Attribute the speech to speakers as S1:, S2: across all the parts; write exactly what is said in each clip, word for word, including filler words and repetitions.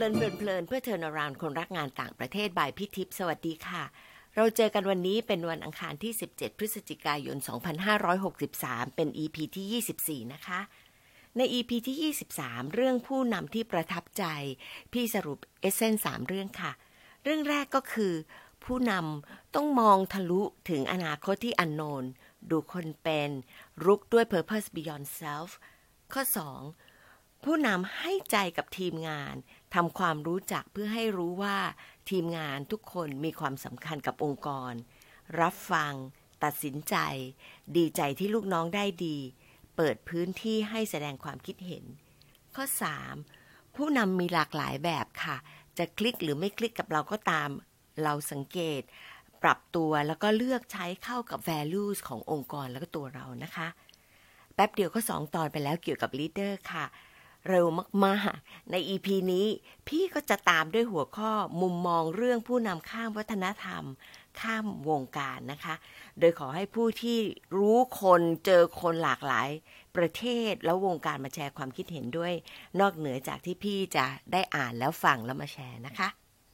S1: ลินเพลินเพื่อ Turn Around คนรักงานต่างประเทศบายพี่ทิพย์สวัสดีค่ะเราเจอกันวันนี้เป็นวันอังคารที่สิบเจ็ดพฤศจิกายนสองพันห้าร้อยหกสิบสามเป็น อี พี ที่ยี่สิบสี่นะคะใน อี พี ที่ยี่สิบสามเรื่องผู้นำที่ประทับใจพี่สรุปเอเซนส์สามเรื่องค่ะเรื่องแรกก็คือผู้นำต้องมองทะลุถึงอนาคตที่ unknown ดูคนเป็นรุกด้วย purpose beyond self ข้อสองผู้นำให้ใจกับทีมงานทำความรู้จักเพื่อให้รู้ว่าทีมงานทุกคนมีความสำคัญกับองค์กรรับฟังตัดสินใจดีใจที่ลูกน้องได้ดีเปิดพื้นที่ให้แสดงความคิดเห็นข้อสามผู้นำมีหลากหลายแบบค่ะจะคลิกหรือไม่คลิกกับเราก็ตามเราสังเกตปรับตัวแล้วก็เลือกใช้เข้ากับ values ขององค์กรแล้วก็ตัวเรานะคะแป๊บเดียวก็สองตอนไปแล้วเกี่ยวกับ leader ค่ะเร็วมากๆใน อี พี นี้พี่ก็จะตามด้วยหัวข้อมุมมองเรื่องผู้นำข้ามวัฒนธรรมข้ามวงการนะคะโดยขอให้ผู้ที่รู้คนเจอคนหลากหลายประเทศแล้ววงการมาแชร์ความคิดเห็นด้วยนอกเหนือจากที่พี่จะได้อ่านแล้วฟังแล้วมาแชร์นะคะ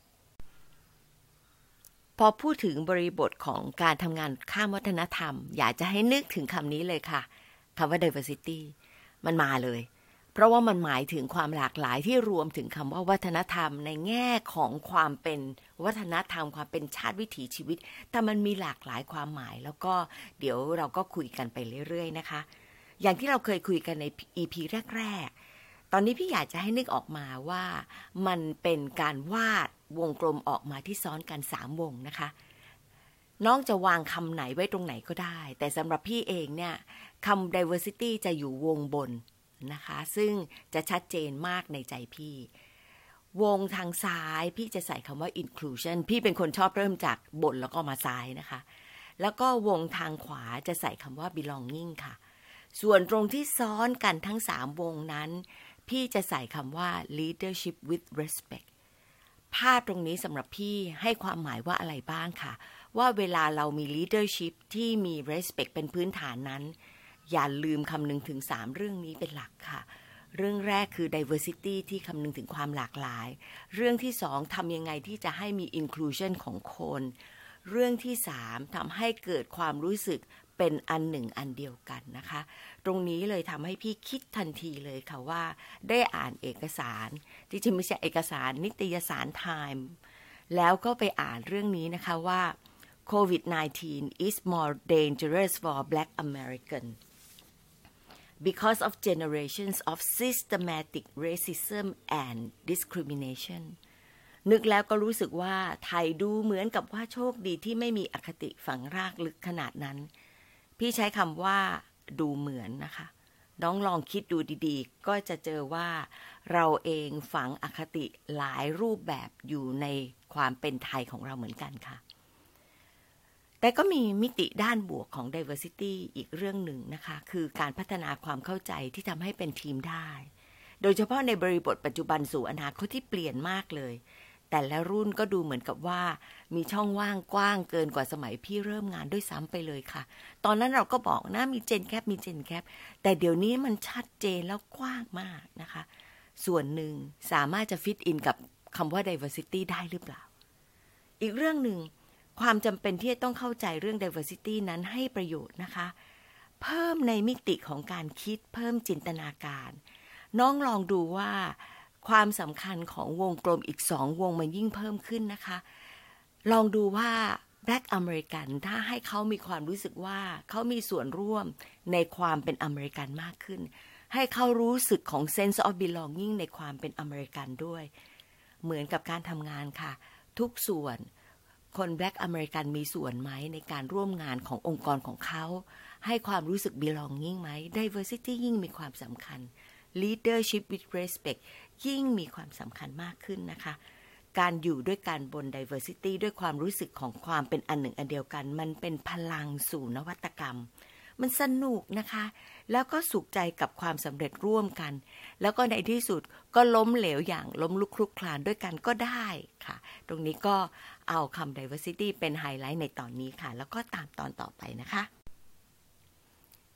S1: พอพูดถึงบริบทของการทำงานข้ามวัฒนธรรมอยากจะให้นึกถึงคำนี้เลยค่ะคำว่า diversity มันมาเลยเพราะว่ามันหมายถึงความหลากหลายที่รวมถึงคำว่าวัฒนธรรมในแง่ของความเป็นวัฒนธรรมความเป็นชาติวิถีชีวิตแต่มันมีหลากหลายความหมายแล้วก็เดี๋ยวเราก็คุยกันไปเรื่อยๆนะคะอย่างที่เราเคยคุยกันใน อี พี แรกๆตอนนี้พี่อยากจะให้นึกออกมาว่ามันเป็นการวาดวงกลมออกมาที่ซ้อนกันสามวงนะคะน้องจะวางคำไหนไว้ตรงไหนก็ได้แต่สำหรับพี่เองเนี่ยคำ diversity จะอยู่วงบนนะคะซึ่งจะชัดเจนมากในใจพี่วงทางซ้ายพี่จะใส่คำว่า inclusion พี่เป็นคนชอบเริ่มจากบนแล้วก็มาซ้ายนะคะแล้วก็วงทางขวาจะใส่คำว่า belonging ค่ะส่วนตรงที่ซ้อนกันทั้งสามวงนั้นพี่จะใส่คำว่า leadership with respect ภาพตรงนี้สำหรับพี่ให้ความหมายว่าอะไรบ้างค่ะว่าเวลาเรามี leadership ที่มี respect เป็นพื้นฐานนั้นอย่าลืมคำนึงถึงสามเรื่องนี้เป็นหลักค่ะเรื่องแรกคือ diversity ที่คำนึงถึงความหลากหลายเรื่องที่สองทำยังไงที่จะให้มี inclusion ของคนเรื่องที่สามทำให้เกิดความรู้สึกเป็นอันหนึ่งอันเดียวกันนะคะตรงนี้เลยทำให้พี่คิดทันทีเลยค่ะว่าได้อ่านเอกสารที่จริงไม่ใช่เอกสารนิตยสาร Time แล้วก็ไปอ่านเรื่องนี้นะคะว่า โควิด สิบเก้า is more dangerous for Black American because of generations of systematic racism and discrimination นึกแล้วก็รู้สึกว่าไทยดูเหมือนกับว่าโชคดีที่ไม่มีอคติฝังรากลึกขนาดนั้นพี่ใช้คำว่าดูเหมือนนะคะน้องลองคิดดูดีๆก็จะเจอว่าเราเองฝังอคติหลายรูปแบบอยู่ในความเป็นไทยของเราเหมือนกันค่ะแต่ก็มีมิติด้านบวกของ diversity อีกเรื่องหนึ่งนะคะคือการพัฒนาความเข้าใจที่ทำให้เป็นทีมได้โดยเฉพาะในบริบทปัจจุบันสู่อนาคตที่เปลี่ยนมากเลยแต่ละรุ่นก็ดูเหมือนกับว่ามีช่องว่างกว้างเกินกว่าสมัยพี่เริ่มงานด้วยซ้ำไปเลยค่ะตอนนั้นเราก็บอกนะมีเจนแคปมีเจนแคปแต่เดี๋ยวนี้มันชัดเจนแล้วกว้างมากนะคะส่วนหนึ่งสามารถจะฟิตอินกับคำว่า diversity ได้หรือเปล่าอีกเรื่องหนึ่งความจำเป็นที่จะต้องเข้าใจเรื่อง diversity นั้นให้ประโยชน์นะคะเพิ่มในมิติของการคิดเพิ่มจินตนาการน้องลองดูว่าความสำคัญของวงกลมอีกสองวงมันยิ่งเพิ่มขึ้นนะคะลองดูว่า Black American ถ้าให้เขามีความรู้สึกว่าเขามีส่วนร่วมในความเป็นอเมริกันมากขึ้นให้เขารู้สึกของ sense of belonging ในความเป็นอเมริกันด้วยเหมือนกับการทำงานค่ะทุกส่วนคน Black American มีส่วนไหมในการร่วมงานขององค์กรของเขาให้ความรู้สึก belonging ไหม diversity ยิ่งมีความสำคัญ leadership with respect ยิ่งมีความสำคัญมากขึ้นนะคะการอยู่ด้วยกันบน diversity ด้วยความรู้สึกของความเป็นอันหนึ่งอันเดียวกันมันเป็นพลังสู่นวัตกรรมมันสนุกนะคะแล้วก็สุขใจกับความสำเร็จร่วมกันแล้วก็ในที่สุดก็ล้มเหลวอย่างล้มลุกคลุกคลานด้วยกันก็ได้ค่ะตรงนี้ก็เอาคำ diversity เป็นไฮไลท์ในตอนนี้ค่ะแล้วก็ตามตอนต่อไปนะคะ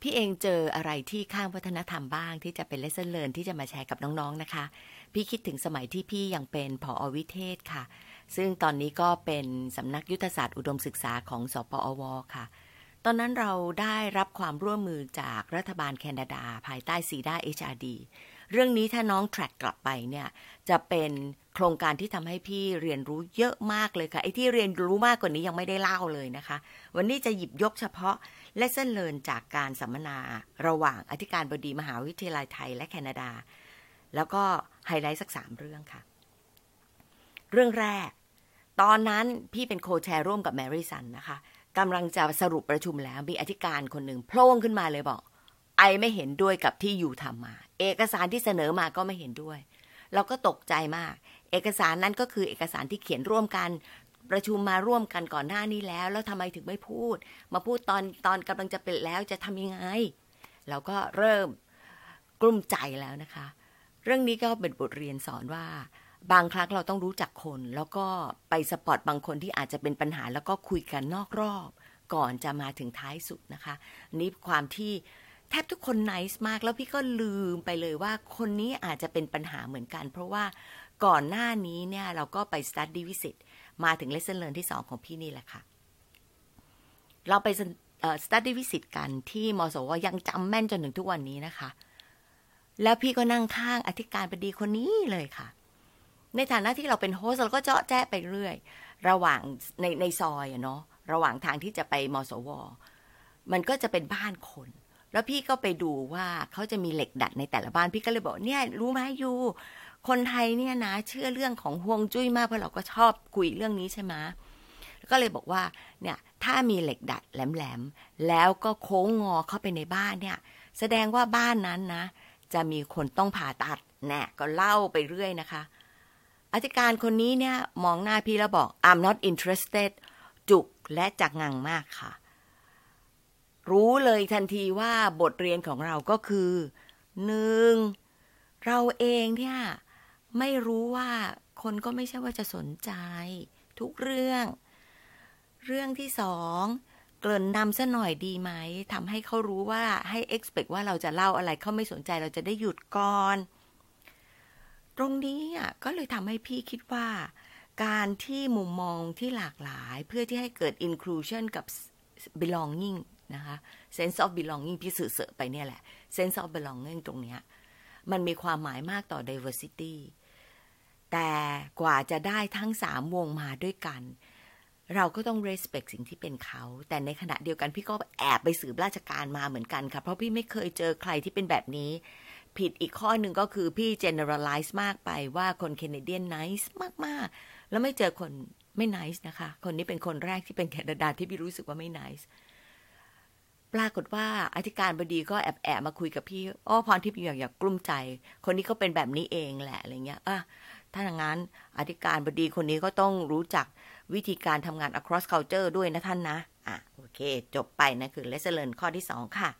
S1: พี่เองเจออะไรที่ข้ามวัฒนธรรมบ้างที่จะเป็น lesson learn ที่จะมาแชร์กับน้องๆนะคะพี่คิดถึงสมัยที่พี่ยังเป็นผอ.วิเทศค่ะซึ่งตอนนี้ก็เป็นสำนักยุทธศาสตร์อุดมศึกษาของสปอวค่ะตอนนั้นเราได้รับความร่วมมือจากรัฐบาลแคนาดาภายใต้ ซี ดี เอ เอช อาร์ ดี เรื่องนี้ถ้าน้องแทร็กกลับไปเนี่ยจะเป็นโครงการที่ทำให้พี่เรียนรู้เยอะมากเลยค่ะไอ้ที่เรียนรู้มากกว่านี้ยังไม่ได้เล่าเลยนะคะวันนี้จะหยิบยกเฉพาะ lesson learn จากการสัมมนาระหว่างอธิการบดีมหาวิทยาลัยไทยและแคนาดาแล้วก็ไฮไลท์สักสามเรื่องค่ะเรื่องแรกตอนนั้นพี่เป็นโคแชร์ร่วมกับแมรี่สันนะคะกำลังจะสรุปประชุมแล้วมีอธิการคนหนึ่งโผล่ขึ้นมาเลยบอกไอไม่เห็นด้วยกับที่อยู่ทำมาเอกสารที่เสนอมาก็ไม่เห็นด้วยเราก็ตกใจมากเอกสารนั้นก็คือเอกสารที่เขียนร่วมกันประชุมมาร่วมกันก่อนหน้านี้แล้วแล้วทำไมถึงไม่พูดมาพูดตอนตอนกำลังจะเป็นแล้วจะทำยังไงเราก็เริ่มกลุ้มใจแล้วนะคะเรื่องนี้ก็เป็นบทเรียนสอนว่าบางครั้งเราต้องรู้จักคนแล้วก็ไปสปอตบางคนที่อาจจะเป็นปัญหาแล้วก็คุยกันนอกรอบก่อนจะมาถึงท้ายสุดนะคะนี่ความที่แทบทุกคนไนซ์มากแล้วพี่ก็ลืมไปเลยว่าคนนี้อาจจะเป็นปัญหาเหมือนกันเพราะว่าก่อนหน้านี้เนี่ยเราก็ไป study visit มาถึง lesson learn ที่สองของพี่นี่แหละค่ะเราไป study visit กันที่มสวยังจำแม่นจนถึงทุกวันนี้นะคะแล้วพี่ก็นั่งข้างอธิการบดีคนนี้เลยค่ะในฐานะที่เราเป็นโฮสต์เราก็เจาะแจ๊ะไปเรื่อยระหว่างในในซอยอะเนาะระหว่างทางที่จะไปมสวมันก็จะเป็นบ้านคนแล้วพี่ก็ไปดูว่าเขาจะมีเหล็กดัดในแต่ละบ้านพี่ก็เลยบอกเนี่ยรู้ไหมยูคนไทยเนี่ยนะเชื่อเรื่องของฮวงจุ้ยมากเพราะเราก็ชอบคุยเรื่องนี้ใช่ไหมก็เลยบอกว่าเนี่ยถ้ามีเหล็กดัดแหลมๆแล้วก็โค้งงอเข้าไปในบ้านเนี่ยแสดงว่าบ้านนั้นนะจะมีคนต้องผ่าตัดแน่ก็เล่าไปเรื่อยนะคะอธิการคนนี้เนี่ยมองหน้าพี่แล้วบอก I'm not interested จุกและจักงังมากค่ะรู้เลยทันทีว่าบทเรียนของเราก็คือหนึ่งเราเองเนี่ยไม่รู้ว่าคนก็ไม่ใช่ว่าจะสนใจทุกเรื่องเรื่องที่สองเกริ่นนำซะหน่อยดีไหมทำให้เขารู้ว่าให้ expect ว่าเราจะเล่าอะไรเขาไม่สนใจเราจะได้หยุดก่อนตรงนี้อ่ะก็เลยทำให้พี่คิดว่าการที่มุมมองที่หลากหลายเพื่อที่ให้เกิด inclusion กับ belonging นะคะ sense of belonging พี่สื่อเสอะไปเนี่ยแหละ sense of belonging ตรงเนี้ยมันมีความหมายมากต่อ diversity แต่กว่าจะได้ทั้งสามวงมาด้วยกันเราก็ต้อง respect สิ่งที่เป็นเขาแต่ในขณะเดียวกันพี่ก็แอบไปสืบราชการมาเหมือนกันค่ะเพราะพี่ไม่เคยเจอใครที่เป็นแบบนี้ผิดอีกข้อหนึ่งก็คือพี่ generalize มากไปว่าคนแคนาเดียน nice มากๆแล้วไม่เจอคนไม่ nice นะคะคนนี้เป็นคนแรกที่เป็นแคนาดาที่พี่รู้สึกว่าไม่ nice ปรากฏว่าอธิการบดีก็แอบแอบมาคุยกับพี่อ้อพรที่พี่อยากอยากกลุ้มใจคนนี้ก็เป็นแบบนี้เองแหละอะไรเงี้ยอ่ะถ้าอย่างนั้นอธิการบดีคนนี้ก็ต้องรู้จักวิธีการทำงาน across culture ด้วยนะท่านนะอ่ะโอเคจบไปนะคือ lesson learn ข้อที่สองค่ะ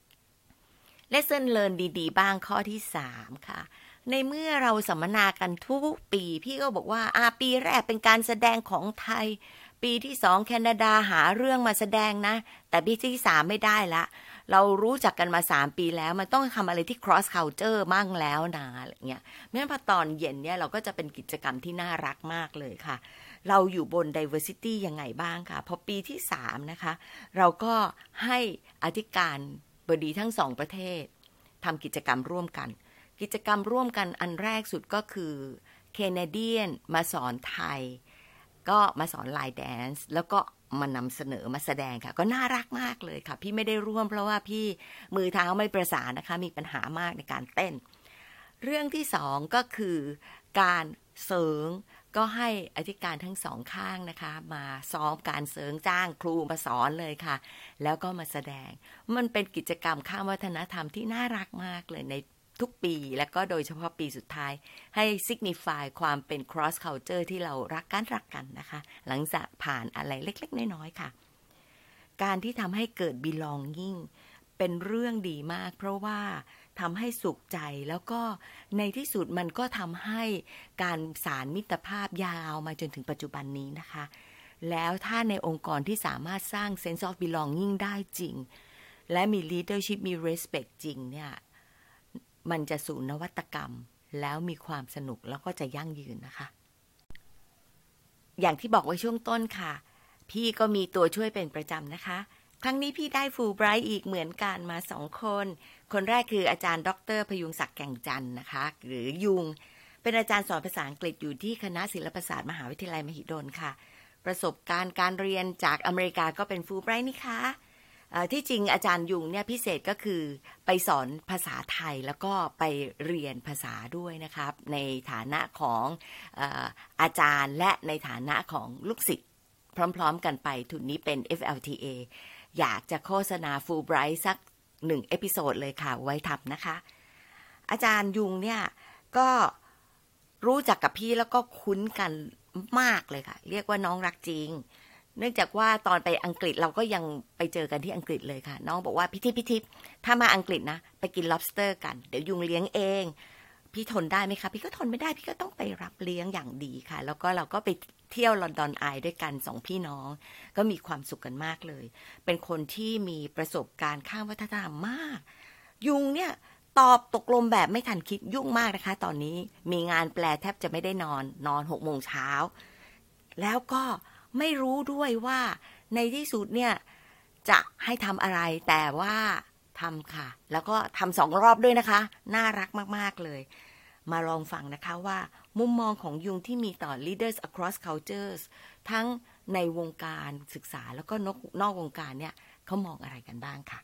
S1: lesson learn ดีๆบ้างข้อที่สามค่ะในเมื่อเราสัมมนากันทุกปีพี่ก็บอกว่าอ่ะปีแรกเป็นการแสดงของไทยปีที่สองแคนาดาหาเรื่องมาแสดงนะแต่ปีที่สามไม่ได้ละเรารู้จักกันมาสามปีแล้วมันต้องทำอะไรที่ cross culture มั่งแล้วนะอะไรเงี้ยเมื่อพอตอนเย็นเนี่ยเราก็จะเป็นกิจกรรมที่น่ารักมากเลยค่ะเราอยู่บน diversity ยังไงบ้างค่ะพอปีที่สามนะคะเราก็ให้อธิการบดีทั้งสองประเทศทำกิจกรรมร่วมกันกิจกรรมร่วมกันอันแรกสุดก็คือแคนาเดียนมาสอนไทยก็มาสอนไลน์แดนซ์แล้วก็มานำเสนอมาแสดงค่ะก็น่ารักมากเลยค่ะพี่ไม่ได้ร่วมเพราะว่าพี่มือเท้าไม่ประสานนะคะมีปัญหามากในการเต้นเรื่องที่สองก็คือการเสริงก็ให้อธิการทั้งสองข้างนะคะมาซ้อมการเสริงจ้างครูมาสอนเลยค่ะแล้วก็มาแสดงมันเป็นกิจกรรมข้ามวัฒนธรรมที่น่ารักมากเลยในทุกปีและก็โดยเฉพาะปีสุดท้ายให้ signify ความเป็น cross culture ที่เรารักกันรักกันนะคะหลังจากผ่านอะไรเล็กๆน้อยๆค่ะการที่ทำให้เกิด belonging เป็นเรื่องดีมากเพราะว่าทำให้สุขใจแล้วก็ในที่สุดมันก็ทำให้การสานมิตรภาพยาวมาจนถึงปัจจุบันนี้นะคะแล้วถ้าในองค์กรที่สามารถสร้าง sense of belonging ได้จริงและมี leadership มี respect จริงเนี่ยมันจะสู่นวัตกรรมแล้วมีความสนุกแล้วก็จะยั่งยืนนะคะอย่างที่บอกไว้ช่วงต้นค่ะพี่ก็มีตัวช่วยเป็นประจำนะคะครั้งนี้พี่ได้ฟูลไบรท์อีกเหมือนกันมาสองคนคนแรกคืออาจารย์ดร.พยุงศักดิ์แก่งจันทร์นะคะหรือยุงเป็นอาจารย์สอนภาษาอังกฤษอยู่ที่คณะศิลปศาสตร์มหาวิทยาลัยมหิดลค่ะประสบการณ์การเรียนจากอเมริกาก็เป็นฟูลไบรท์นี่ค่ะที่จริงอาจารย์ยุงเนี่ยพิเศษก็คือไปสอนภาษาไทยแล้วก็ไปเรียนภาษาด้วยนะครับในฐานะของอ่าอาจารย์และในฐานะของลูกศิษย์พร้อมๆกันไปทุนนี้เป็น เอฟ แอล ที เอ อยากจะโฆษณาฟูลไบรท์สักหนึ่งเอพิโซดเลยค่ะไว้ทำนะคะอาจารย์ยุงเนี่ยก็รู้จักกับพี่แล้วก็คุ้นกันมากเลยค่ะเรียกว่าน้องรักจริงเนื่องจากว่าตอนไปอังกฤษเราก็ยังไปเจอกันที่อังกฤษเลยค่ะน้องบอกว่าพี่ทิพย์พี่ทิพย์ถ้ามาอังกฤษนะไปกิน lobster กันเดี๋ยวยุงเลี้ยงเองพี่ทนได้ไหมคะพี่ก็ทนไม่ได้พี่ก็ต้องไปรับเลี้ยงอย่างดีค่ะแล้วก็เราก็ไปเที่ยวลอนดอนไอด้วยกันสองพี่น้องก็มีความสุขกันมากเลยเป็นคนที่มีประสบการณ์ข้ามวัฒนธรรมมากยุงเนี่ยตอบตกลงแบบไม่ทันคิดยุ่งมากนะคะตอนนี้มีงานแปลแทบจะไม่ได้นอนนอนหกโมงเช้าแล้วก็ไม่รู้ด้วยว่าในที่สุดเนี่ยจะให้ทำอะไรแต่ว่าทำค่ะแล้วก็ทำสองรอบด้วยนะคะน่ารักมากๆเลยมาลองฟังนะคะว่ามุมมองของยุงที่มีต่อ leaders across cultures ทั้งในวงการศึกษาแล้วก็นอกวงการเนี่ยเขามองอะไรกันบ้างค่ะ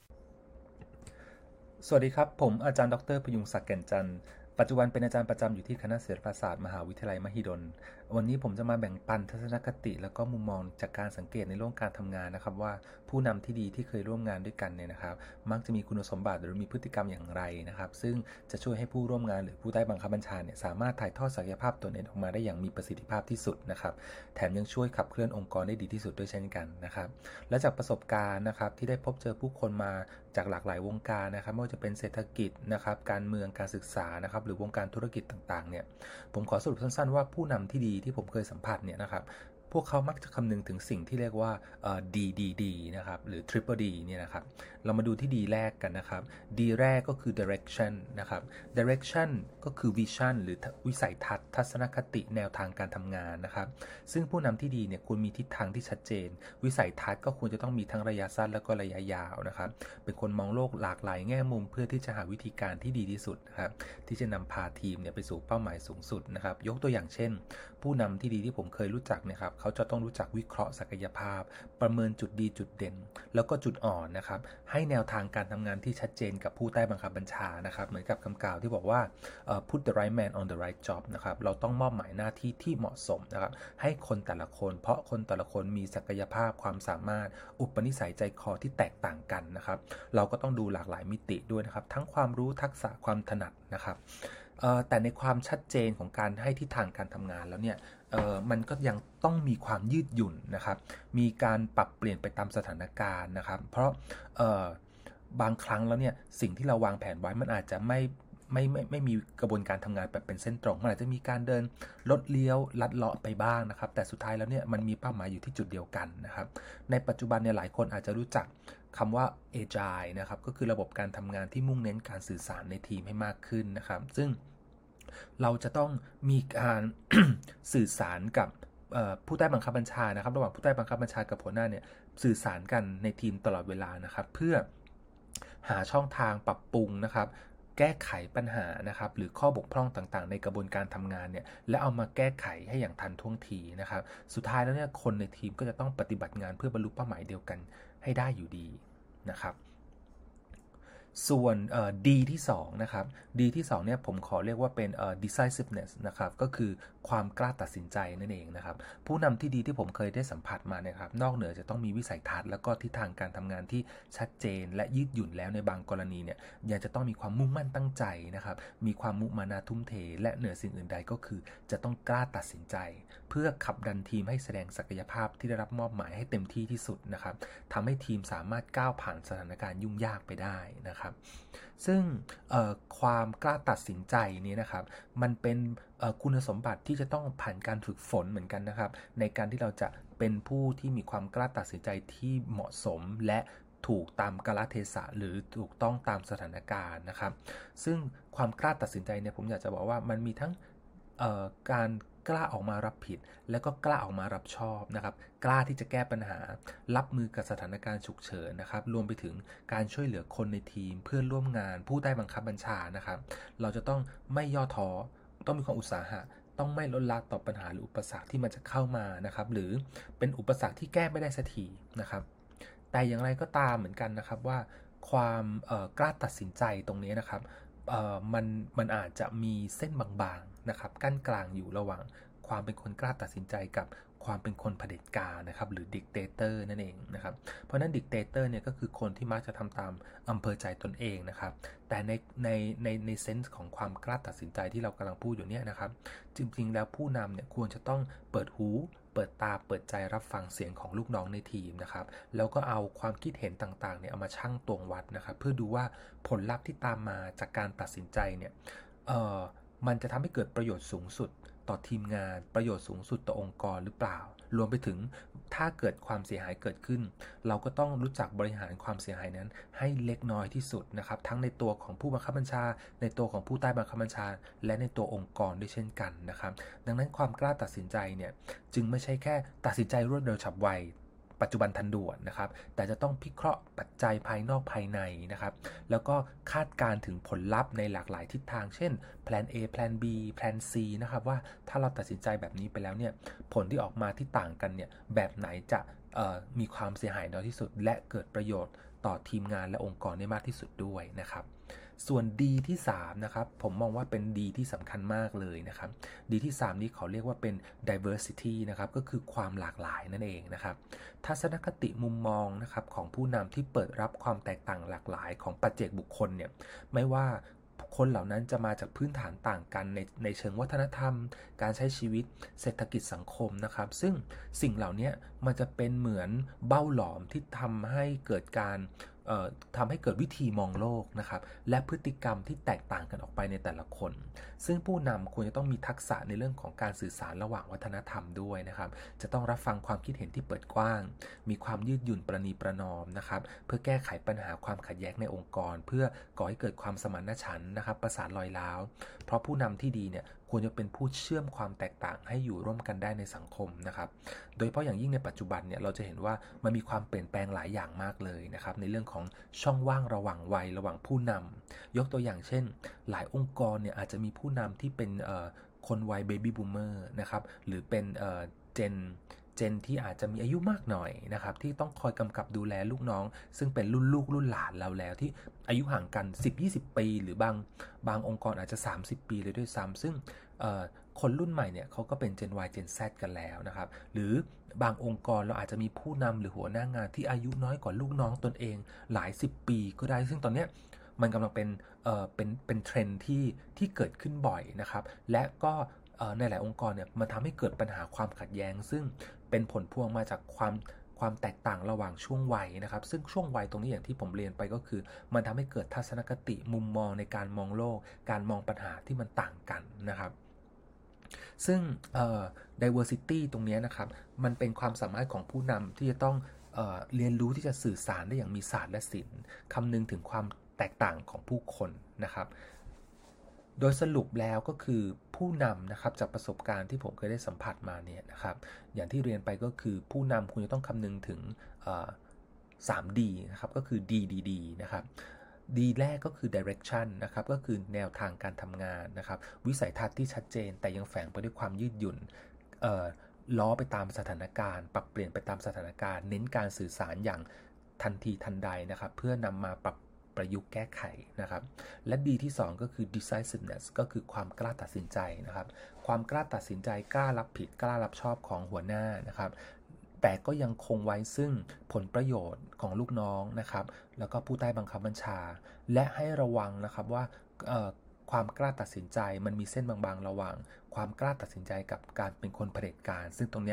S2: สวัสดีครับผมอาจารย์ดร.พยุงศักดิ์แก่นจันทร์ปัจจุบันเป็นอาจารย์ประจำอยู่ที่คณะศิลปศาสตร์มหาวิทยาลัยมหิดลวันนี้ผมจะมาแบ่งปันทัศนคติแล้วก็มุมมองจากการสังเกตในเรื่องการทำงานนะครับว่าผู้นำที่ดีที่เคยร่วมงานด้วยกันเนี่ยนะครับมักจะมีคุณสมบัติหรือมีพฤติกรรมอย่างไรนะครับซึ่งจะช่วยให้ผู้ร่วมงานหรือผู้ใต้บังคับบัญชาเนี่ยสามารถถ่ายทอดศักยภาพตัวเองออกมาได้อย่างมีประสิทธิภาพที่สุดนะครับแถมยังช่วยขับเคลื่อนองค์กรได้ดีที่สุดด้วยเช่นกันนะครับและจากประสบการณ์นะครับที่ได้พบเจอผู้คนมาจากหลากหลายวงการนะครับไม่ว่าจะเป็นเศรษฐกิจนะครับการเมืองการศึกษานะครับหรือวงการธุรกิจต่างๆเนี่ยผมขอสรุปสั้นๆว่าผู้นำที่ดีที่ผมเคยสัมผัสเนี่ยนะครับพวกเขามักจะคำนึงถึงสิ่งที่เรียกว่า ดี ดี ดี นะครับหรือ Triple D เนี่ยนะครับเรามาดูที่ D แรกกันนะครับ D แรกก็คือ direction นะครับ direction ก็คือ vision หรือวิสัยทัศน์ทัศนคติแนวทางการทำงานนะครับซึ่งผู้นำที่ดีเนี่ยควรมีทิศทางที่ชัดเจนวิสัยทัศน์ก็ควรจะต้องมีทั้งระยะสั้นแล้วก็ระยะยาวนะครับเป็นคนมองโลกหลากหลายแง่มุมเพื่อที่จะหาวิธีการที่ดีที่สุดนะครับที่จะนำพาทีมเนี่ยไปสู่เป้าหมายสูงสุดนะครับยกตัวอย่างเช่นผู้นำที่ดีที่ผมเคยรู้จักเนี่ยครับเขาจะต้องรู้จักวิเคราะห์ศักยภาพประเมินจุดดีจุดเด่นแล้วก็จุดอ่อนนะครับให้แนวทางการทำงานที่ชัดเจนกับผู้ใต้บังคับบัญชานะครับเหมือนกับคำกล่าวที่บอกว่า uh, put the right man on the right job นะครับเราต้องมอบหมายหน้าที่ที่เหมาะสมนะครับให้คนแต่ละคนเพราะคนแต่ละคนมีศักยภาพความสามารถอุปนิสัยใจคอที่แตกต่างกันนะครับเราก็ต้องดูหลากหลายมิติด้วยนะครับทั้งความรู้ทักษะความถนัดนะครับแต่ในความชัดเจนของการให้ทิศทางการทำงานแล้วเนี่ยมันก็ยังต้องมีความยืดหยุ่นนะครับมีการปรับเปลี่ยนไปตามสถานการณ์นะครับเพราะบางครั้งแล้วเนี่ยสิ่งที่เราวางแผนไว้มันอาจจะไม่ไม่ไม่ไม่มีกระบวนการทำงานแบบเป็นเส้นตรงมันอาจจะมีการเดินลดเลี้ยวลัดเลาะไปบ้างนะครับแต่สุดท้ายแล้วเนี่ยมันมีเป้าหมายอยู่ที่จุดเดียวกันนะครับในปัจจุบันเนี่ยหลายคนอาจจะรู้จักคำว่า Agile นะครับก็คือระบบการทำงานที่มุ่งเน้นการสื่อสารในทีมให้มากขึ้นนะครับซึ่งเราจะต้องมีการ สื่อสารกับผู้ใต้บังคับบัญชานะครับระหว่างผู้ใต้บังคับบัญชากับหัวหน้าเนี่ยสื่อสารกันในทีมตลอดเวลานะครับเพื่อหาช่องทางปรับปรุงนะครับแก้ไขปัญหานะครับหรือข้อบกพร่องต่างๆในกระบวนการทำงานเนี่ยและเอามาแก้ไขให้อย่างทันท่วงทีนะครับสุดท้ายแล้วเนี่ยคนในทีมก็จะต้องปฏิบัติงานเพื่อบรรลุเป้าหมายเดียวกันให้ได้อยู่ดีนะครับส่วน D ที่สองนะครับ D ที่สองเนี่ยผมขอเรียกว่าเป็น decisiveness นะครับก็คือความกล้าตัดสินใจนั่นเองนะครับผู้นำที่ดีที่ผมเคยได้สัมผัสมาเนี่ยครับนอกเหนือจะต้องมีวิสัยทัศน์แล้วก็ทิศทางการทำงานที่ชัดเจนและยืดหยุ่นแล้วในบางกรณีเนี่ยยังจะต้องมีความมุ่งมั่นตั้งใจนะครับมีความมุมานะทุ่มเทและเหนือสิ่งอื่นใดก็คือจะต้องกล้าตัดสินใจเพื่อขับดันทีมให้แสดงศักยภาพที่ได้รับมอบหมายให้เต็มที่ที่สุดนะครับทำให้ทีมสามารถก้าวผ่านสถานการณ์ยุ่งยากไปได้นะครับซึ่งความกล้าตัดสินใจนี้นะครับมันเป็นคุณสมบัติที่จะต้องผ่านการฝึกฝนเหมือนกันนะครับในการที่เราจะเป็นผู้ที่มีความกล้าตัดสินใจที่เหมาะสมและถูกตามกาลเทศะหรือถูกต้องตามสถานการณ์นะครับซึ่งความกล้าตัดสินใจเนี่ยผมอยากจะบอกว่ามันมีทั้งการกล้าออกมารับผิดและก็กล้าออกมารับชอบนะครับกล้าที่จะแก้ปัญหารับมือกับสถานการณ์ฉุกเฉินนะครับรวมไปถึงการช่วยเหลือคนในทีมเพื่อนร่วมงานผู้ใต้บังคับบัญชานะครับเราจะต้องไม่ย่อท้อต้องมีความอุตสาหะต้องไม่ลดละต่อปัญหาหรืออุปสรรคที่มันจะเข้ามานะครับหรือเป็นอุปสรรคที่แก้ไม่ได้สักทีนะครับแต่อย่างไรก็ตามเหมือนกันนะครับว่าความกล้าตัดสินใจตรงนี้นะครับมันมันอาจจะมีเส้นบางๆนะครับกั้นกลางอยู่ระหว่างความเป็นคนกล้าตัดสินใจกับความเป็นคนเผด็จการนะครับหรือดิกเตเตอร์นั่นเองนะครับเพราะนั้นดิกเตเตอร์เนี่ยก็คือคนที่มักจะทำตามอำเภอใจตนเองนะครับแต่ในในในในเซนส์ของความกล้าตัดสินใจที่เรากำลังพูดอยู่เนี่ยนะครับจริงๆแล้วผู้นำเนี่ยควรจะต้องเปิดหูเปิดตาเปิดใจรับฟังเสียงของลูกน้องในทีมนะครับแล้วก็เอาความคิดเห็นต่างๆเนี่ยเอามาชั่งตวงวัดนะครับเพื่อดูว่าผลลัพธ์ที่ตามมาจากการตัดสินใจเนี่ยเอ่อมันจะทำให้เกิดประโยชน์สูงสุดต่อทีมงานประโยชน์สูงสุดต่อองค์กรหรือเปล่ารวมไปถึงถ้าเกิดความเสียหายเกิดขึ้นเราก็ต้องรู้จักบริหารความเสียหายนั้นให้เล็กน้อยที่สุดนะครับทั้งในตัวของผู้บังคับบัญชาในตัวของผู้ใต้บังคับบัญชาและในตัวองค์กรด้วยเช่นกันนะครับดังนั้นความกล้าตัดสินใจเนี่ยจึงไม่ใช่แค่ตัดสินใจรวดเร็วฉับไวปัจจุบันทันด่วนนะครับแต่จะต้องพิเคราะห์ปัจจัยภายนอกภายในนะครับแล้วก็คาดการถึงผลลัพธ์ในหลากหลายทิศทางเช่นแพลน A แพลน B แพลน C นะครับว่าถ้าเราตัดสินใจแบบนี้ไปแล้วเนี่ยผลที่ออกมาที่ต่างกันเนี่ยแบบไหนจะมีความเสียหายน้อยที่สุดและเกิดประโยชน์ต่อทีมงานและองค์กรได้มากที่สุดด้วยนะครับส่วน D ที่สามนะครับผมมองว่าเป็น D ที่สำคัญมากเลยนะครับ D ที่สามนี้เขาเรียกว่าเป็น diversity นะครับก็คือความหลากหลายนั่นเองนะครับทัศนคติมุมมองนะครับของผู้นำที่เปิดรับความแตกต่างหลากหลายของปัจเจกบุคคลเนี่ยไม่ว่าคนเหล่านั้นจะมาจากพื้นฐานต่างกันในในเชิงวัฒนธรรมการใช้ชีวิตเศรษฐกิจสังคมนะครับซึ่งสิ่งเหล่านี้มันจะเป็นเหมือนเบ้าหลอมที่ทำให้เกิดการทำให้เกิดวิธีมองโลกนะครับและพฤติกรรมที่แตกต่างกันออกไปในแต่ละคนซึ่งผู้นำควรจะต้องมีทักษะในเรื่องของการสื่อสารระหว่างวัฒนธรรมด้วยนะครับจะต้องรับฟังความคิดเห็นที่เปิดกว้างมีความยืดหยุ่นประนีประนอมนะครับเพื่อแก้ไขปัญหาความขัดแย้งในองค์กรเพื่อก่อให้เกิดความสมานฉันท์นะครับประสานรอยร้าวเพราะผู้นำที่ดีเนี่ยควรจะเป็นผู้เชื่อมความแตกต่างให้อยู่ร่วมกันได้ในสังคมนะครับโดยเฉพาะอย่างยิ่งในปัจจุบันเนี่ยเราจะเห็นว่ามันมีความเปลี่ยนแปลงหลายอย่างมากเลยนะครับในเรื่องของช่องว่างระหว่างวัยระหว่างผู้นำยกตัวอย่างเช่นหลายองค์กรเนี่ยอาจจะมีผู้นำที่เป็นคนวัยเบบี้บูมเมอร์นะครับหรือเป็นเจนเจนที่อาจจะมีอายุมากหน่อยนะครับที่ต้องคอยกำกับดูแลลูกน้องซึ่งเป็นรุ่นลูกรุ่นหลานเราแล้วที่อายุห่างกัน สิบถึงยี่สิบ ปีหรือบางบางองค์กรอาจจะสามสิบปีเลยด้วยซ้ำซึ่งคนรุ่นใหม่เนี่ยเขาก็เป็น Gen Y Gen Z กันแล้วนะครับหรือบางองค์กรเราอาจจะมีผู้นำหรือหัวหน้างานที่อายุน้อยกว่าลูกน้องตนเองหลายสิบปีก็ได้ซึ่งตอนนี้มันกำลังเป็นเอ่อเป็นเป็นเทรนด์ที่ที่เกิดขึ้นบ่อยนะครับและก็ในหลายองค์กรเนี่ยมันทำให้เกิดปัญหาความขัดแย้งซึ่งเป็นผลพวงมาจากความความแตกต่างระหว่างช่วงวัยนะครับซึ่งช่วงวัยตรงนี้อย่างที่ผมเรียนไปก็คือมันทำให้เกิดทัศนคติมุมมองในการมองโลกการมองปัญหาที่มันต่างกันนะครับซึ่ง diversity ตรงนี้นะครับมันเป็นความสามารถของผู้นำที่จะต้องเอ่อเรียนรู้ที่จะสื่อสารได้อย่างมีศาสตร์และศิลป์คำนึงถึงความแตกต่างของผู้คนนะครับโดยสรุปแล้วก็คือผู้นำนะครับจากประสบการณ์ที่ผมเคยได้สัมผัสมาเนี่ยนะครับอย่างที่เรียนไปก็คือผู้นำคุณจะต้องคำนึงถึงสาม D นะครับก็คือ D D D นะครับ D แรกก็คือ direction นะครับก็คือแนวทางการทำงานนะครับวิสัยทัศน์ที่ชัดเจนแต่ยังแฝงไปด้วยความยืดหยุ่นล้อไปตามสถานการณ์ปรับเปลี่ยนไปตามสถานการณ์เน้นการสื่อสารอย่างทันทีทันใดนะครับเพื่อนำมาปรับประยุกต์แก้ไขนะครับและ D ที่สองก็คือ decisiveness ก็คือความกล้าตัดสินใจนะครับความกล้าตัดสินใจกล้ารับผิดกล้ารับชอบของหัวหน้านะครับแต่ก็ยังคงไว้ซึ่งผลประโยชน์ของลูกน้องนะครับแล้วก็ผู้ใต้บังคับบัญชาและให้ระวังนะครับว่าความกล้าตัดสินใจมันมีเส้นบางๆระหว่างความกล้าตัดสินใจกับการเป็นคนเผด็จการซึ่งตรงนี้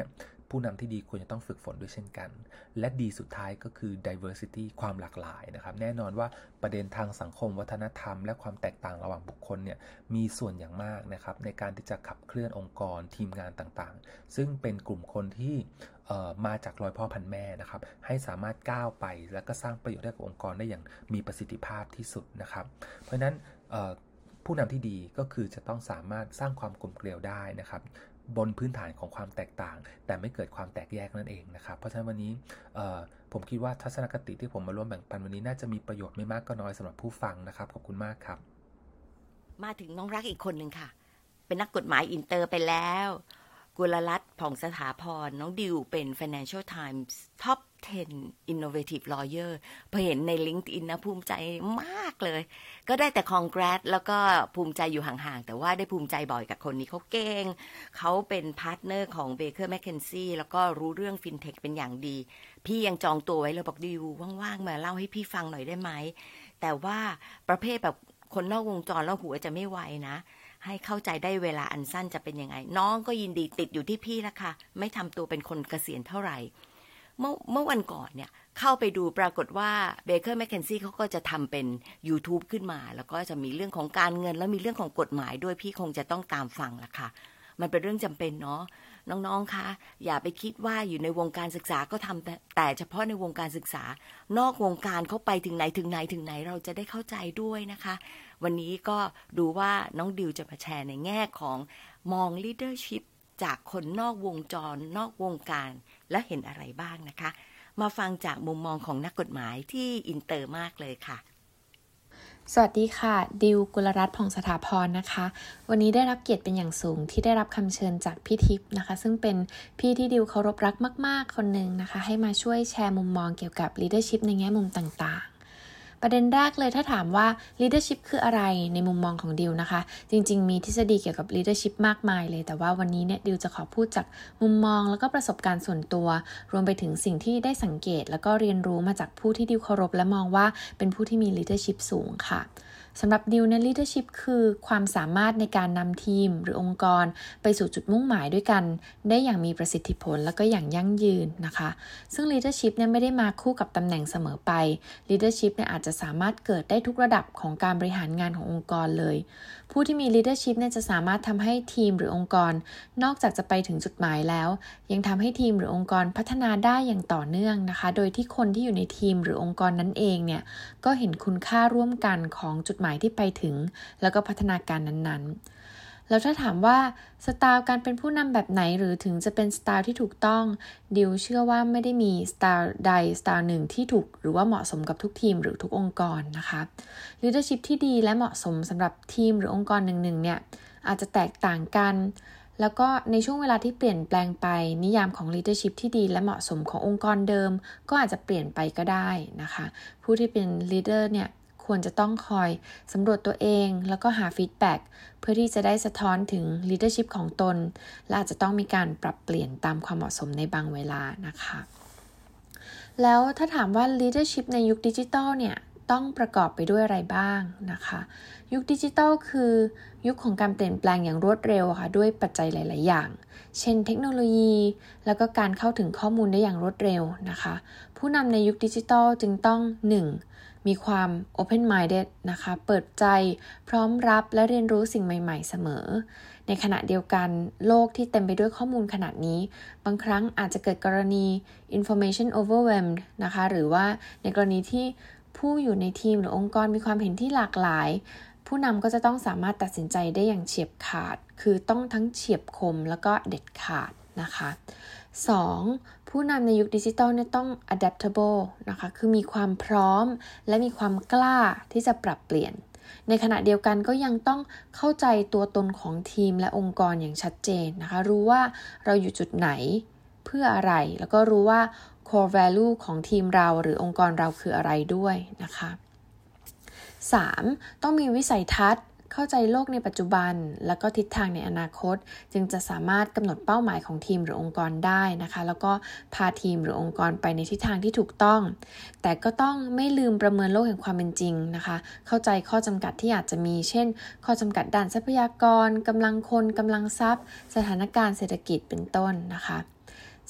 S2: ผู้นำที่ดีควรจะต้องฝึกฝนด้วยเช่นกันและดีสุดท้ายก็คือ diversity ความหลากหลายนะครับแน่นอนว่าประเด็นทางสังคมวัฒนธรรมและความแตกต่างระหว่างบุคคลเนี่ยมีส่วนอย่างมากนะครับในการที่จะขับเคลื่อนองค์กรทีมงานต่างๆซึ่งเป็นกลุ่มคนที่มาจากรอยพ่อพันแม่นะครับให้สามารถก้าวไปและก็สร้างประโยชน์ให้กับองค์กรได้อย่างมีประสิทธิภาพที่สุดนะครับเพราะฉะนั้นผู้นำที่ดีก็คือจะต้องสามารถสร้างความกลมเกลียวได้นะครับบนพื้นฐานของความแตกต่างแต่ไม่เกิดความแตกแยกนั่นเองนะครับเพราะฉะนั้นวันนี้ผมคิดว่าทัศนคติที่ผมมาร่วมแบ่งปันวันนี้น่าจะมีประโยชน์ไม่มากก็น้อยสำหรับผู้ฟังนะครับขอบคุณมากครับ
S1: มาถึงน้องรักอีกคนหนึ่งค่ะเป็นนักกฎหมายอินเตอร์ไปแล้วกุลรัตน์ผ่องสถาพรน้องดิวเป็น Financial Times Top สิบ Innovative Lawyer พอเห็นใน LinkedIn นะภูมิใจมากเลยก็ได้แต่ Congrats แล้วก็ภูมิใจอยู่ห่างๆแต่ว่าได้ภูมิใจบ่อยกับคนนี้เขาเก่งเขาเป็นพาร์ทเนอร์ของ Baker McKenzie แล้วก็รู้เรื่อง FinTech เป็นอย่างดีพี่ยังจองตัวไว้เลยบอกดิวว่างๆมาเล่าให้พี่ฟังหน่อยได้ไหมแต่ว่าประเภทแบบคนนอกวงจรแล้วหัวจะไม่ไวนะให้เข้าใจได้เวลาอันสั้นจะเป็นยังไงน้องก็ยินดีติดอยู่ที่พี่ละค่ะไม่ทำตัวเป็นคนเกษียณเท่าไหร่เมื่อเมื่อวันก่อนเนี่ยเข้าไปดูปรากฏว่า Baker McKenzie เขาก็จะทำเป็น YouTube ขึ้นมาแล้วก็จะมีเรื่องของการเงินแล้วมีเรื่องของกฎหมายด้วยพี่คงจะต้องตามฟังละค่ะมันเป็นเรื่องจำเป็นเนาะน้องๆคะอย่าไปคิดว่าอยู่ในวงการศึกษาก็ทำแต่แต่เฉพาะในวงการศึกษานอกวงการเขาไปถึงไหนถึงไหนถึงไหนเราจะได้เข้าใจด้วยนะคะวันนี้ก็ดูว่าน้องดิวจะมาแชร์ในแง่ของมอง leadership จากคนนอกวงจรนอกวงการและเห็นอะไรบ้างนะคะมาฟังจากมุมมองของนักกฎหมายที่อินเตอร์มากเลยค่ะ
S3: สวัสดีค่ะดิวกุลรัตน์ผ่องสถาพรนะคะวันนี้ได้รับเกียรติเป็นอย่างสูงที่ได้รับคำเชิญจากพี่ทิพย์นะคะซึ่งเป็นพี่ที่ดิวเคารพรักมากๆคนหนึ่งนะคะให้มาช่วยแชร์มุมมองเกี่ยวกับ leadership ในแง่มุมต่างๆประเด็นแรกเลยถ้าถามว่า leadership คืออะไรในมุมมองของดิวนะคะจริงๆมีทฤษฎีเกี่ยวกับ leadership มากมายเลยแต่ว่าวันนี้เนี่ยดิวจะขอพูดจากมุมมองแล้วก็ประสบการณ์ส่วนตัวรวมไปถึงสิ่งที่ได้สังเกตแล้วก็เรียนรู้มาจากผู้ที่ดิวเคารพและมองว่าเป็นผู้ที่มี leadership สูงค่ะสำหรับดิวเนี่ย leadership คือความสามารถในการนำทีมหรือองค์กรไปสู่จุดมุ่งหมายด้วยกันได้อย่างมีประสิทธิผลแล้วก็อย่างยั่งยืนนะคะซึ่ง leadership เนี่ยไม่ได้มาคู่กับตำแหน่งเสมอไป leadership เนี่ยอาจจะสามารถเกิดได้ทุกระดับของการบริหารงานขององค์กรเลยผู้ที่มี leadership เนี่ยจะสามารถทำให้ทีมหรือองค์กรนอกจากจะไปถึงจุดหมายแล้วยังทำให้ทีมหรือองค์กรพัฒนาได้อย่างต่อเนื่องนะคะโดยที่คนที่อยู่ในทีมหรือองค์กรนั้นเองเนี่ยก็เห็นคุณค่าร่วมกันของจุดหมายที่ไปถึงแล้วก็พัฒนาการนั้นๆแล้วถ้าถามว่าสไตล์การเป็นผู้นำแบบไหนหรือถึงจะเป็นสไตล์ที่ถูกต้องดิวเชื่อว่าไม่ได้มีสไตล์ใดสไตล์หนึ่งที่ถูกหรือว่าเหมาะสมกับทุกทีมหรือทุกองค์กรนะคะ leadership ที่ดีและเหมาะสมสำหรับทีมหรือองค์กรหนึ่งๆเนี่ยอาจจะแตกต่างกันแล้วก็ในช่วงเวลาที่เปลี่ยนแปลงไปนิยามของ leadership ที่ดีและเหมาะสมขององค์กรเดิมก็อาจจะเปลี่ยนไปก็ได้นะคะผู้ที่เป็น leader เนี่ยควรจะต้องคอยสำรวจตัวเองแล้วก็หาฟีดแบ็กเพื่อที่จะได้สะท้อนถึง leadership ของตนและอาจจะต้องมีการปรับเปลี่ยนตามความเหมาะสมในบางเวลานะคะแล้วถ้าถามว่า leadership ในยุคดิจิทัลเนี่ยต้องประกอบไปด้วยอะไรบ้างนะคะยุคดิจิทัลคือยุคของการเปลี่ยนแปลงอย่างรวดเร็วค่ะด้วยปัจจัยหลายๆอย่างเช่นเทคโนโลยีแล้วก็การเข้าถึงข้อมูลได้อย่างรวดเร็วนะคะผู้นำในยุคดิจิทัลจึงต้อง หนึ่งมีความ open minded นะคะเปิดใจพร้อมรับและเรียนรู้สิ่งใหม่ๆเสมอในขณะเดียวกันโลกที่เต็มไปด้วยข้อมูลขนาดนี้บางครั้งอาจจะเกิดกรณี information overwhelmed นะคะหรือว่าในกรณีที่ผู้อยู่ในทีมหรือองค์กรมีความเห็นที่หลากหลายผู้นำก็จะต้องสามารถตัดสินใจได้อย่างเฉียบขาดคือต้องทั้งเฉียบคมแล้วก็เด็ดขาดนะคะสองผู้นำในยุคดิจิทัลเนี่ยต้อง adaptable นะคะคือมีความพร้อมและมีความกล้าที่จะปรับเปลี่ยนในขณะเดียวกันก็ยังต้องเข้าใจตัวตนของทีมและองค์กรอย่างชัดเจนนะคะรู้ว่าเราอยู่จุดไหนเพื่ออะไรแล้วก็รู้ว่า core value ของทีมเราหรือองค์กรเราคืออะไรด้วยนะคะสามต้องมีวิสัยทัศน์เข้าใจโลกในปัจจุบันแล้วก็ทิศทางในอนาคตจึงจะสามารถกำหนดเป้าหมายของทีมหรือองค์กรได้นะคะแล้วก็พาทีมหรือองค์กรไปในทิศทางที่ถูกต้องแต่ก็ต้องไม่ลืมประเมินโลกแห่งความเป็นจริงนะคะเข้าใจข้อจำกัดที่อาจจะมีเช่นข้อจำกัดด้านทรัพยากรกำลังคนกำลังทรัพย์สถานการณ์เศรษฐกิจเป็นต้นนะคะ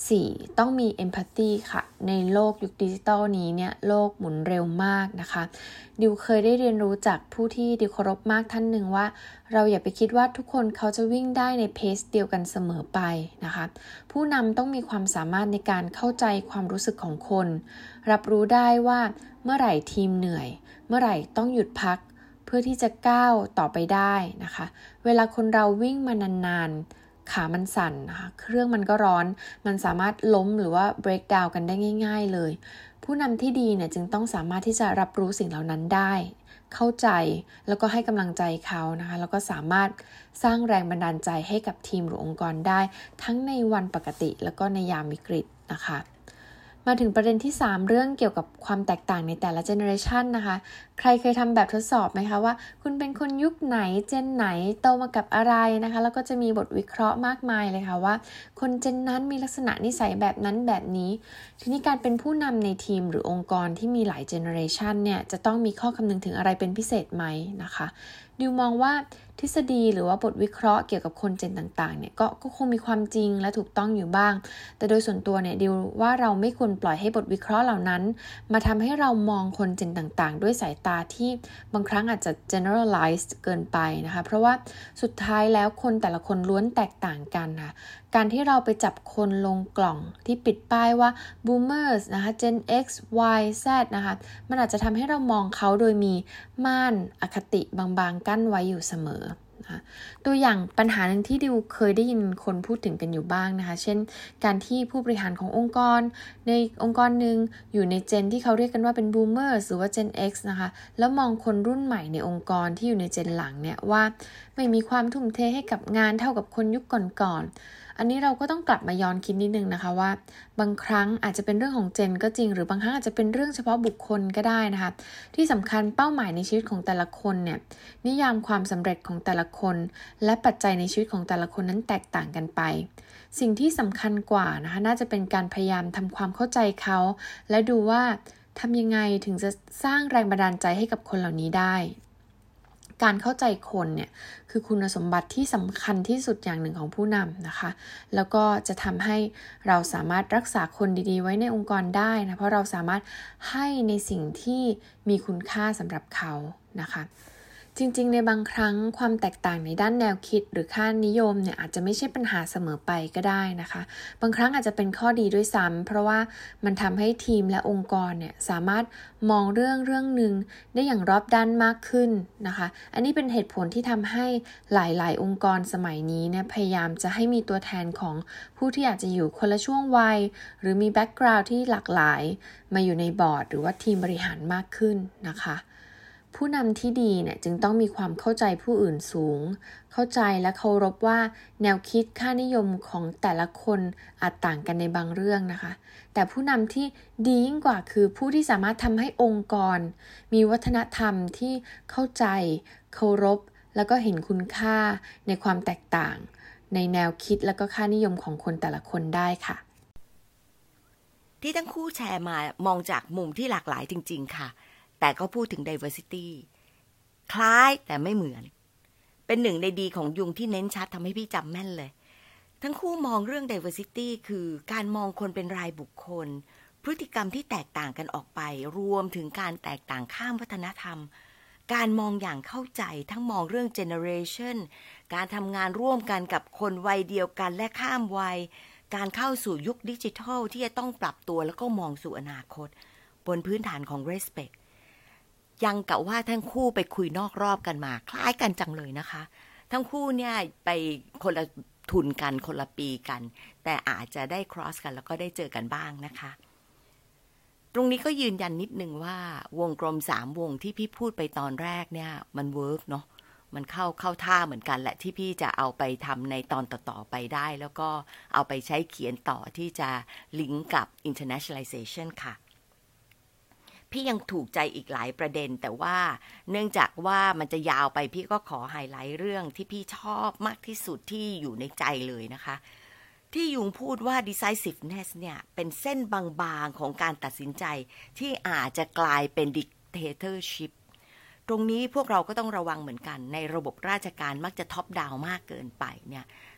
S3: สี่ต้องมี empathy ค่ะในโลกยุคดิจิตอลนี้เนี่ยโลกหมุนเร็วมากนะคะดิวเคยได้เรียนรู้จากผู้ที่ดิวเคารพมากท่านหนึ่งว่าเราอย่าไปคิดว่าทุกคนเขาจะวิ่งได้ในเพสเดียวกันเสมอไปนะคะผู้นำต้องมีความสามารถในการเข้าใจความรู้สึกของคนรับรู้ได้ว่าเมื่อไหร่ทีมเหนื่อยเมื่อไหร่ต้องหยุดพักเพื่อที่จะก้าวต่อไปได้นะคะเวลาคนเราวิ่งมานานๆขามันสั่นนะคะเครื่องมันก็ร้อนมันสามารถล้มหรือว่า break down กันได้ง่ายๆเลยผู้นำที่ดีเนี่ยจึงต้องสามารถที่จะรับรู้สิ่งเหล่านั้นได้เข้าใจแล้วก็ให้กำลังใจเขานะคะแล้วก็สามารถสร้างแรงบันดาลใจให้กับทีมหรือองค์กรได้ทั้งในวันปกติแล้วก็ในยามวิกฤตนะคะมาถึงประเด็นที่สามเรื่องเกี่ยวกับความแตกต่างในแต่ละเจเนอเรชันนะคะใครเคยทำแบบทดสอบไหมคะว่าคุณเป็นคนยุคไหนเจนไหนโตมากับอะไรนะคะแล้วก็จะมีบทวิเคราะห์มากมายเลยค่ะว่าคนเจนนั้นมีลักษณะนิสัยแบบนั้นแบบนี้ทีนี้การเป็นผู้นำในทีมหรือองค์กรที่มีหลายเจเนอเรชันเนี่ยจะต้องมีข้อคำนึงถึงอะไรเป็นพิเศษไหมนะคะดิวมองว่าทฤษฎีหรือว่าบทวิเคราะห์เกี่ยวกับคนเจนต่างๆเนี่ยก็ก็คงมีความจริงและถูกต้องอยู่บ้างแต่โดยส่วนตัวเนี่ยดิวว่าเราไม่ควรปล่อยให้บทวิเคราะห์เหล่านั้นมาทำให้เรามองคนเจนต่างๆด้วยสายตาที่บางครั้งอาจจะ generalized เกินไปนะคะเพราะว่าสุดท้ายแล้วคนแต่ละคนล้วนแตกต่างกันค่ะการที่เราไปจับคนลงกล่องที่ปิดป้ายว่า boomers นะคะ Gen X Y Z นะคะมันอาจจะทำให้เรามองเขาโดยมีม่านอคติบางๆกั้นไว้อยู่เสมอนะตัวอย่างปัญหาหนึ่งที่ดิวเคยได้ยินคนพูดถึงกันอยู่บ้างนะคะเช่นการที่ผู้บริหารขององค์กรในองค์กรหนึ่งอยู่ในเจนที่เขาเรียกกันว่าเป็น boomers หรือว่า Gen X นะคะแล้วมองคนรุ่นใหม่ในองค์กรที่อยู่ในเจนหลังเนี่ยว่าไม่มีความทุ่มเทให้กับงานเท่ากับคนยุคก่อนๆอันนี้เราก็ต้องกลับมาย้อนคิดนิดนึงนะคะว่าบางครั้งอาจจะเป็นเรื่องของเจนก็จริงหรือบางครั้งอาจจะเป็นเรื่องเฉพาะบุคคลก็ได้นะคะที่สำคัญเป้าหมายในชีวิตของแต่ละคนเนี่ยนิยามความสำเร็จของแต่ละคนและปัจจัยในชีวิตของแต่ละคนนั้นแตกต่างกันไปสิ่งที่สำคัญกว่านะคะน่าจะเป็นการพยายามทำความเข้าใจเขาและดูว่าทำยังไงถึงจะสร้างแรงบันดาลใจให้กับคนเหล่านี้ได้การเข้าใจคนเนี่ยคือคุณสมบัติที่สำคัญที่สุดอย่างหนึ่งของผู้นำนะคะแล้วก็จะทำให้เราสามารถรักษาคนดีๆไว้ในองค์กรได้นะเพราะเราสามารถให้ในสิ่งที่มีคุณค่าสำหรับเขานะคะจริงๆในบางครั้งความแตกต่างในด้านแนวคิดหรือค่านิยมเนี่ยอาจจะไม่ใช่ปัญหาเสมอไปก็ได้นะคะบางครั้งอาจจะเป็นข้อดีด้วยซ้ำเพราะว่ามันทำให้ทีมและองค์กรเนี่ยสามารถมองเรื่องเรื่องหนึ่งได้อย่างรอบด้านมากขึ้นนะคะอันนี้เป็นเหตุผลที่ทำให้หลายๆองค์กรสมัยนี้เนี่ยพยายามจะให้มีตัวแทนของผู้ที่อาจจะอยู่คนละช่วงวัยหรือมีแบ็กกราวด์ที่หลากหลายมาอยู่ในบอร์ดหรือว่าทีมบริหารมากขึ้นนะคะผู้นำที่ดีเนี่ยจึงต้องมีความเข้าใจผู้อื่นสูงเข้าใจและเคารพว่าแนวคิดค่านิยมของแต่ละคนอาจต่างกันในบางเรื่องนะคะแต่ผู้นำที่ดียิ่งกว่าคือผู้ที่สามารถทำให้องค์กรมีวัฒนธรรมที่เข้าใจเคารพแล้วก็เห็นคุณค่าในความแตกต่างในแนวคิดและก็ค่านิยมของคนแต่ละคนได้ค่ะ
S1: ที่ทั้งคู่แชร์มามองจากมุมที่หลากหลายจริงๆค่ะแต่ก็พูดถึง diversity คล้ายแต่ไม่เหมือนเป็นหนึ่งในดีของยุงที่เน้นชัดทำให้พี่จำแม่นเลยทั้งคู่มองเรื่อง diversity คือการมองคนเป็นรายบุคคลพฤติกรรมที่แตกต่างกันออกไปรวมถึงการแตกต่างข้ามวัฒนธรรมการมองอย่างเข้าใจทั้งมองเรื่อง generation การทำงานร่วมกันกับคนวัยเดียวกันและข้ามวัยการเข้าสู่ยุคดิจิทัลที่จะต้องปรับตัวแล้วก็มองสู่อนาคตบนพื้นฐานของ respectยังกับว่าทั้งคู่ไปคุยนอกรอบกันมาคล้ายกันจังเลยนะคะทั้งคู่เนี่ยไปคนละทุนกันคนละปีกันแต่อาจจะได้ cross กันแล้วก็ได้เจอกันบ้างนะคะตรงนี้ก็ยืนยันนิดนึงว่าวงกลมสามวงที่พี่พูดไปตอนแรกเนี่ยมันเวิร์กเนาะมันเข้าเข้าท่าเหมือนกันแหละที่พี่จะเอาไปทำในตอนต่อๆไปได้แล้วก็เอาไปใช้เขียนต่อที่จะลิงก์กับ internationalization ค่ะพี่ยังถูกใจอีกหลายประเด็นแต่ว่าเนื่องจากว่ามันจะยาวไปพี่ก็ขอไฮไลท์เรื่องที่พี่ชอบมากที่สุดที่อยู่ในใจเลยนะคะที่ยุงพูดว่า decisiveness เนี่ยเป็นเส้นบางๆของการตัดสินใจที่อาจจะกลายเป็น dictatorship ตรงนี้พวกเราก็ต้องระวังเหมือนกันในระบบราชการมักจะท็อปดาวน์มากเกินไปเนี่ย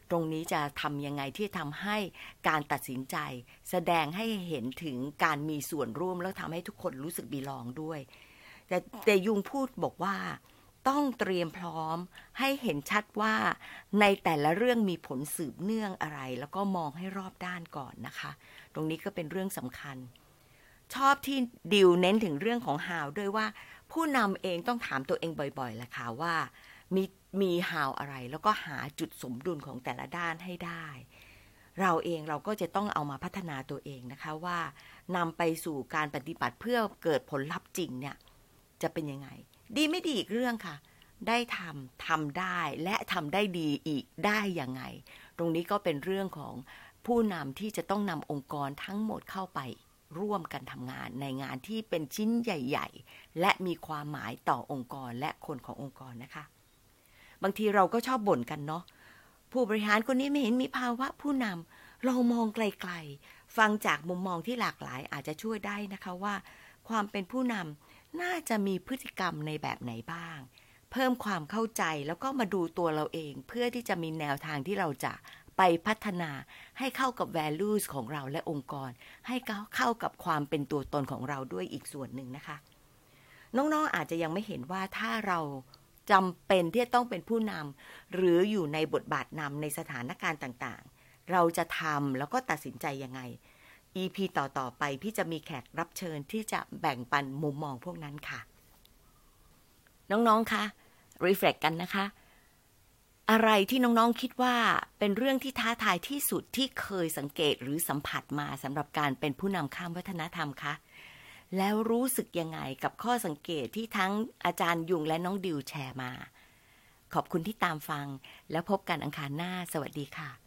S1: ตรงนี้จะทำยังไงที่ทำให้การตัดสินใจแสดงให้เห็นถึงการมีส่วนร่วมแล้วทำให้ทุกคนรู้สึกบีลองด้วยแต่แต่ยุงพูดบอกว่าต้องเตรียมพร้อมให้เห็นชัดว่าในแต่ละเรื่องมีผลสืบเนื่องอะไรแล้วก็มองให้รอบด้านก่อนนะคะตรงนี้ก็เป็นเรื่องสำคัญชอบที่ดิวเน้นถึงเรื่องของ how ด้วยว่าผู้นำเองต้องถามตัวเองบ่อยๆแหละค่ะว่ามีมี how อะไรแล้วก็หาจุดสมดุลของแต่ละด้านให้ได้เราเองเราก็จะต้องเอามาพัฒนาตัวเองนะคะว่านำไปสู่การปฏิบัติเพื่อเกิดผลลัพธ์จริงเนี่ยจะเป็นยังไงดีไม่ดีอีกเรื่องค่ะได้ทำทำได้และทำได้ดีอีกได้ยังไงตรงนี้ก็เป็นเรื่องของผู้นำที่จะต้องนำองค์กรทั้งหมดเข้าไปร่วมกันทำงานในงานที่เป็นชิ้นใหญ่ๆและมีความหมายต่อองค์กรและคนขององค์กรนะคะบางทีเราก็ชอบบ่นกันเนาะผู้บริหารคนนี้ไม่เห็นมีภาวะผู้นำเรามองไกลๆฟังจากมุมมองที่หลากหลายอาจจะช่วยได้นะคะว่าความเป็นผู้นำน่าจะมีพฤติกรรมในแบบไหนบ้างเพิ่มความเข้าใจแล้วก็มาดูตัวเราเองเพื่อที่จะมีแนวทางที่เราจะไปพัฒนาให้เข้ากับ values ของเราและองค์กรให้เข้ากับความเป็นตัวตนของเราด้วยอีกส่วนหนึ่งนะคะน้องๆอาจจะยังไม่เห็นว่าถ้าเราจำเป็นที่จะต้องเป็นผู้นำหรืออยู่ในบทบาทนำในสถานการณ์ต่างๆเราจะทำแล้วก็ตัดสินใจยังไง อี พี ต่อๆไปพี่จะมีแขกรับเชิญที่จะแบ่งปันมุมมองพวกนั้นค่ะน้องๆคะรีเฟล็กกันนะคะอะไรที่น้องๆคิดว่าเป็นเรื่องที่ท้าทายที่สุดที่เคยสังเกตหรือสัมผัสมาสำหรับการเป็นผู้นำข้ามวัฒนธรรมคะแล้วรู้สึกยังไงกับข้อสังเกตที่ทั้งอาจารย์ยุงและน้องดิวแชร์มาขอบคุณที่ตามฟังแล้วพบกันอังคารหน้าสวัสดีค่ะ